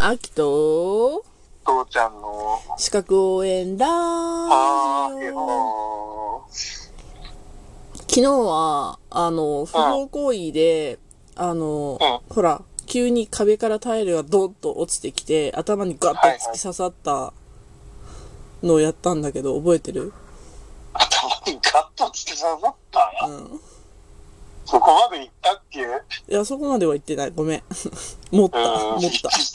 あきと父ちゃんの資格応援ラジオ。昨日は不法行為でほら急に壁からタイルがドッと落ちてきて頭にガッと突き刺さったのをやったんだけど、覚えてる？ 頭にガッと突き刺さった、そこまで行ったっけ？ いや、そこまでは言ってない、ごめん。持った持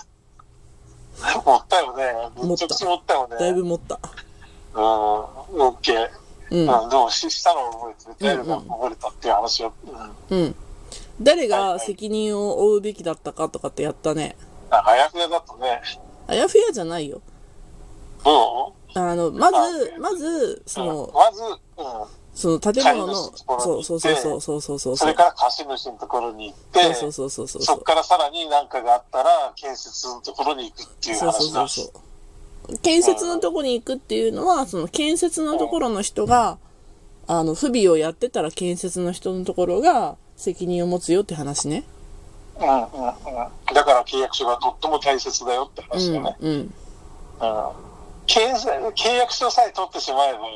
ったよね。めちゃくちゃ持ったよね。 だいぶ持った。 オッケー。でもしたのを覚えて、タイルが漏れたっていう話を。 誰が責任を負うべきだったかとかってやったね。 あやふやだとね。 あやふやじゃないよ。 どう？ まずその建物のそうそれから貸主のところに行って、そっからさらに何かがあったら建設のところに行くっていう話だ。 建設のところに行くっていうのは、その建設のところの人が不備をやってたら建設の人のところが責任を持つよって話ね。 だから契約書がとっても大切だよって話だね。契約書さえ取ってしまえば、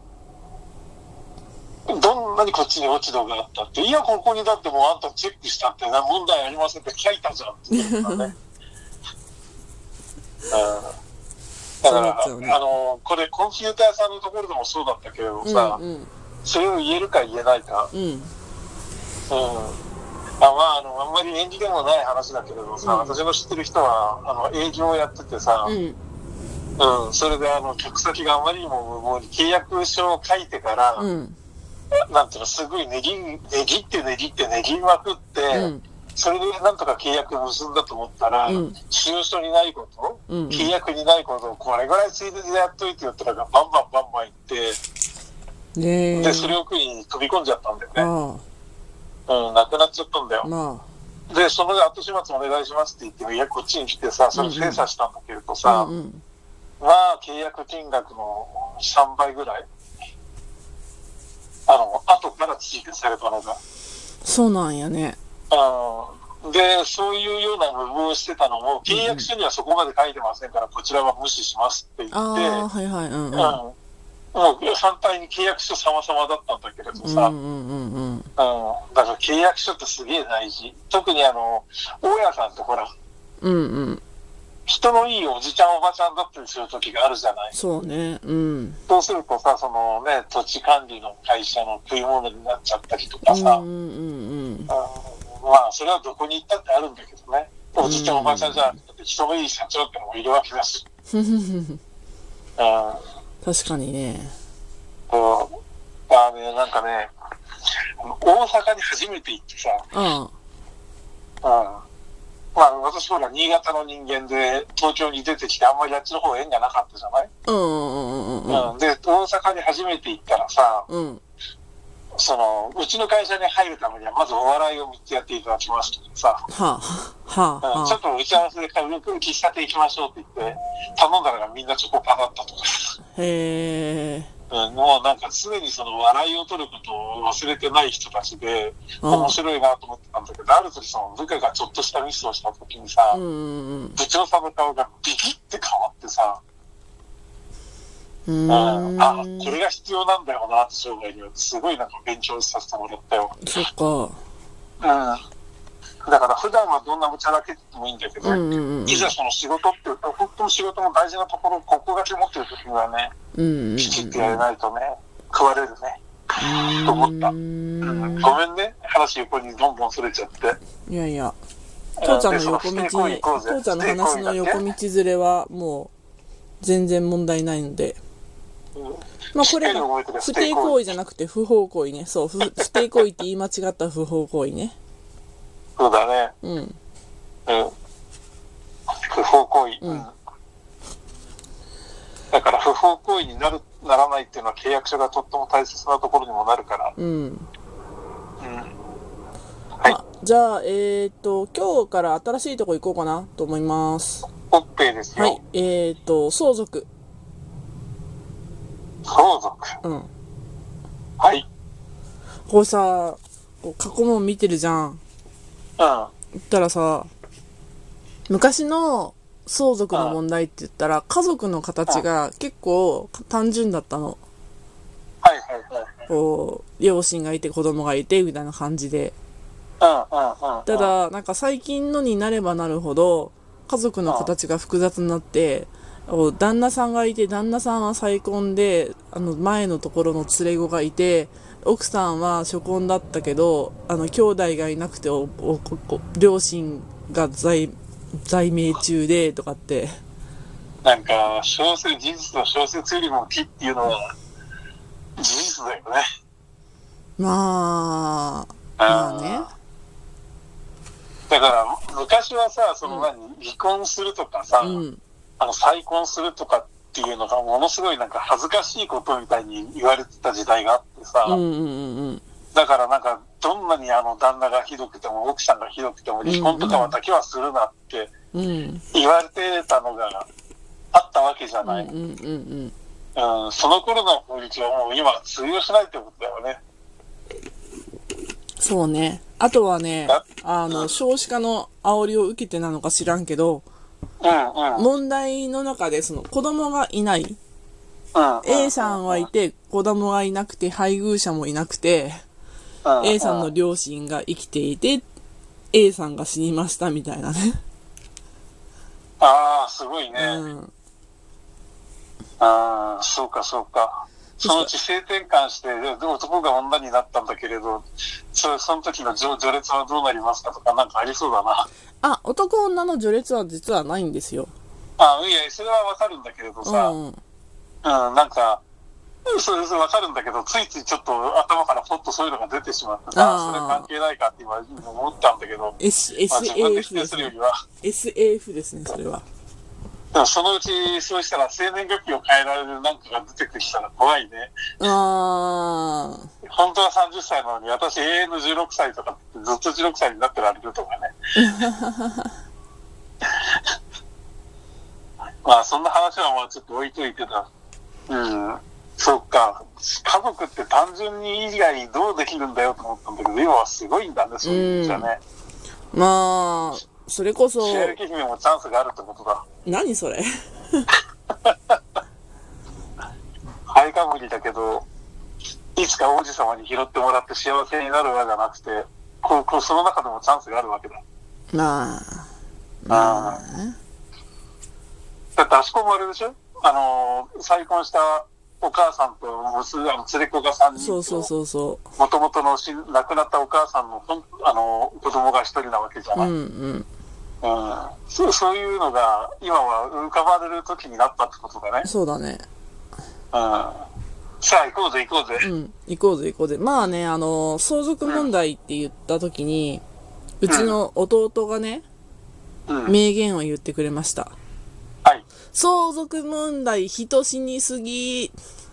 どんなにこっちに落ち度があったって、いや、ここにだってもうあんたチェックしたって問題ありませんって書いたじゃんって言うからね。だから、これコンピューターさんのところでもそうだったけどさ、それを言えるか言えないか。あんまり縁起でもない話だけれどさ、私の知ってる人は営業をやっててさ、それで客先があまりにも無謀に契約書を書いてから、なんていうの、すごいねぎまくって、それでなんとか契約を結んだと思ったら、使用書にないこと、契約にないことをこれぐらいついででやっといてよってのがバンバン言って、で、それを食いに飛び込んじゃったんだよね。なくなっちゃったんだよ。で、その後始末お願いしますって言って、いや、こっちに来てさ、それ精査したんだけれどさ、まあ、契約金額の3倍ぐらい、後から追加されたのが。 そうなんやね。 で、そういうような部分をしてたのも、契約書にはそこまで書いてませんから、こちらは無視しますって言って、もう反対に契約書様々だったんだけれどさ、だから契約書ってすげえ大事。特に大家さんってほら、人のいいおじちゃんおばちゃんだったりする時があるじゃない。 そうね。 そうするとさ、そのね、土地管理の会社の食い物になっちゃったりとかさ、まあ、それはどこに行ったってあるんだけどね。おじちゃんおばちゃんじゃなくて、人のいい社長ってのもいるわけだし。 確かにね。 なんかね、大阪に初めて行ってさ、まあ、私ほら、新潟の人間で、東京に出てきて、あんまりあっちの方縁がなかったじゃない？で、大阪に初めて行ったらさ、うちの会社に入るためには、まずお笑いを3つやっていただきますとかさ、ちょっと打ち合わせで喫茶店行きましょうって言って、頼んだらみんなチョコパだったとか。もうなんか常にその笑いを取ることを忘れてない人たちで面白いなと思ってたんだけど、ある時その部下がちょっとしたミスをした時にさ、部長さんの顔がビキって変わってさ、これが必要なんだよなって生涯にはすごいなんか勉強させてもらったよ。 そっか。 だから普段はどんな無茶だけでもいいんだけど、いざその仕事っていうと、本当の仕事の大事なところ、ここだけ持ってる時にはね、きちっとやれないとね、食われるね、と思った。ごめんね、話横にどんどんそれちゃって。 いやいや、父ちゃんの横道、父ちゃんの話の横道連れはもう全然問題ないので。まあこれが不貞行為じゃなくて不法行為ね。そう、不貞行為って言い間違った不法行為ね。 そうだね。不法行為。だから不法行為にならないっていうのは契約書がとっても大切なところにもなるから。 じゃあ、今日から新しいとこ行こうかなと思います。 オッケーですよ。 はい、相続。 相続。はい。 これさ、過去問見てるじゃん。言ったらさ、昔の相続の問題って言ったら、家族の形が結構単純だったの。 はいはいはい。 こう、両親がいて子供がいて、みたいな感じで。 たただ、なんか最近のになればなるほど、家族の形が複雑になって、旦那さんがいて、旦那さんは再婚で、前のところの連れ子がいて、奥さんは初婚だったけど、兄弟がいなくて両親が在命中で、とかって。 なんか、事実の小説よりも木っていうのは、事実だよね。 まあね。 だから、昔はさ、離婚するとかさ、再婚するとかっていうのがものすごいなんか恥ずかしいことみたいに言われてた時代があってさ、だからなんか、どんなに旦那がひどくても、奥さんがひどくても、離婚とかだけはするなって言われてたのがあったわけじゃない。その頃の法律はもう今通用しないってことだよね。 そうね。あとはね、少子化の煽りを受けてなのか知らんけど、問題の中で子供がいない。A さんはいて、子供がいなくて、配偶者もいなくて、A さんの両親が生きていて、A さんが死にましたみたいなね。 ああ、すごいね。そうかそうか。そのうち性転換して男が女になったんだけれど、その時の序列はどうなりますかとかなんかありそうだな。 男女の序列は実はないんですよ。 いや、それはわかるんだけれどさ、なんか、それわかるんだけど、ついついちょっと頭からポッとそういうのが出てしまってさ、それ関係ないかって今思ったんだけど、自分で否定するよりは。 SF ですね、それは。 でもそのうちそうしたら生年月日を変えられるなんかが出てきたら怖いね。本当は30歳なのに私永遠の16歳とかずっと16歳になってられるとかね。まあそんな話はまあちょっと置いといてだ。そっか。家族って単純に以外どうできるんだよと思ったんだけど、今はすごいんだね、そういう意味じゃね。 まあ、それこそ。 白雪姫もチャンスがあるってことだ。 何それハイカムリだけど、いつか王子様に拾ってもらって幸せになるわじゃなくて、その中でもチャンスがあるわけだ。 まあ。だってあそこもあれでしょ？再婚したお母さんと連れ子が3人と、もともとの亡くなったお母さんの子供が1人なわけじゃない。そういうのが今は浮かばれる時になったってことだね。 そうだね。 さあ行こうぜ。 行こうぜ。まあね、相続問題って言った時に、うちの弟がね、名言を言ってくれました。相続問題人死にすぎ。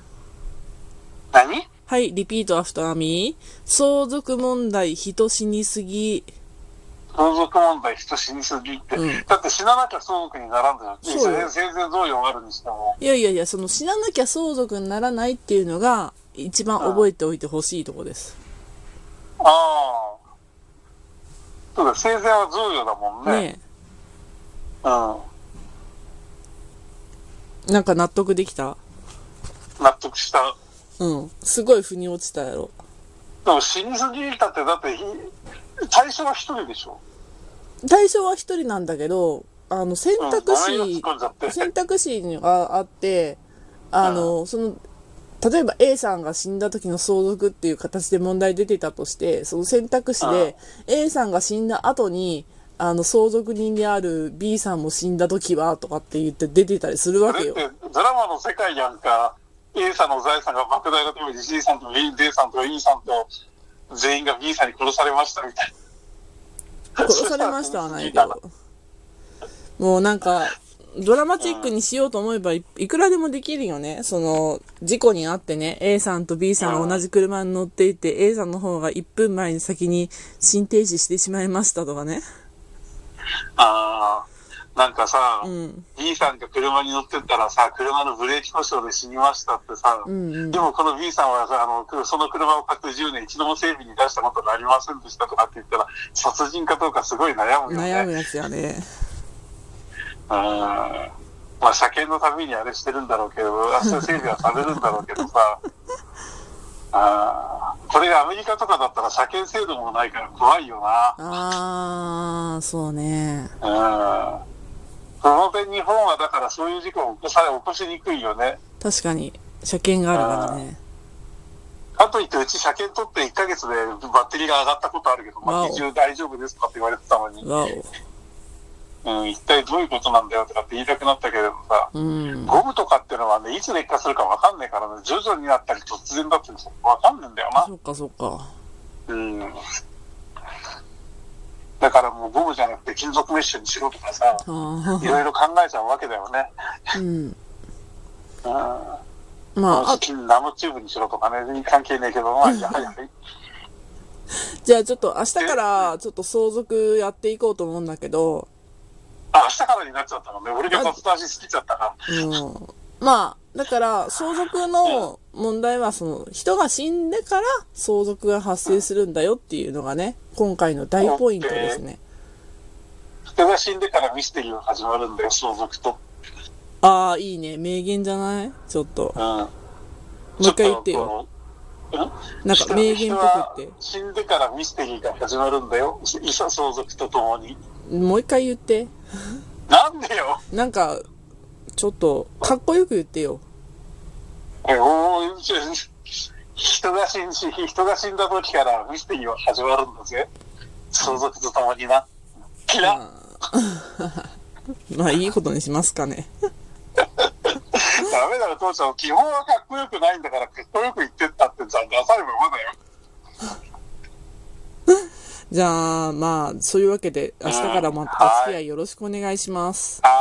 何？ はい、リピートアフターミー。相続問題人死にすぎ。 相続問題人死にすぎって、だって死ななきゃ相続にならんだよ。生前贈与があるにしても。 いや、死ななきゃ相続にならないっていうのが一番覚えておいてほしいとこです。 そうだ、生前は贈与だもんね。 なんか納得できた？ 納得した。 すごい腑に落ちたやろ。 でも死にすぎたってだって対象は一人でしょ？ 対象は一人なんだけど、選択肢があって、例えば A さんが死んだ時の相続っていう形で問題出てたとして、その選択肢で A さんが死んだ後に、相続人である B さんも死んだ時はとかって言って出てたりするわけよ。 それってドラマの世界やんか。A さんの財産が莫大なために C さんと D さんと E さんと全員が B さんに殺されましたみたいな。 殺されましたはないけど。もうなんか、ドラマチックにしようと思えば いくらでもできるよね。事故にあってね、A さんと B さんが同じ車に乗っていて、A さんの方が1分前に先に心停止してしまいましたとかね。 なんかさ、B さんが車に乗ってったらさ、車のブレーキ故障で死にましたってさ、でもこの B さんはさ、その車を各10年一度も整備に出したことがありませんでしたとかって言ったら、殺人かどうかすごい悩むよね。 悩むやつやね。 まあ、車検のためにあれしてるんだろうけど、明日整備はされるんだろうけどさ、これがアメリカとかだったら車検制度もないから怖いよな。 そうね。 その点日本はだからそういう事故を起こしにくいよね。 確かに、車検があるからね。 かといってうち車検取って1ヶ月でバッテリーが上がったことあるけど、まあ、基準大丈夫ですかって言われてたのに。一体どういうことなんだよとかって言いたくなったけれどさ、ゴムとかっていうのはね、いつ劣化するか分かんないからね、徐々になったり突然だったり分かんないんだよな。 そっかそっか。 だからもうゴムじゃなくて金属メッシュにしろとかさ、いろいろ考えちゃうわけだよね。まあ、ナノチューブにしろとかね、関係ねえけど、まあ、やはり。 じゃあちょっと明日からちょっと相続やっていこうと思うんだけど、 明日からになっちゃったのね。俺がバスタージ好きちゃったから。 まあ、だから、相続の問題は、人が死んでから相続が発生するんだよっていうのがね、今回の大ポイントですね。 人が死んでからミステリーが始まるんだよ、相続と。 いいね。名言じゃないちょっと。もう一回言ってよ。なんか名言っぽくって。 死んでからミステリーが始まるんだよ。相続とともに。もう一回言って。 なんでよ。 なんか、ちょっと、かっこよく言ってよ。 人が死んだ時からミステリーは始まるんだぜ。相続とともにな。キラまあ、いいことにしますかね。 ダメだよ、父ちゃん。基本はかっこよくないんだから、かっこよく言ってったってさ、ダサいままだよ。 じゃあ、まあ、そういうわけで、明日からもお付き合いよろしくお願いします。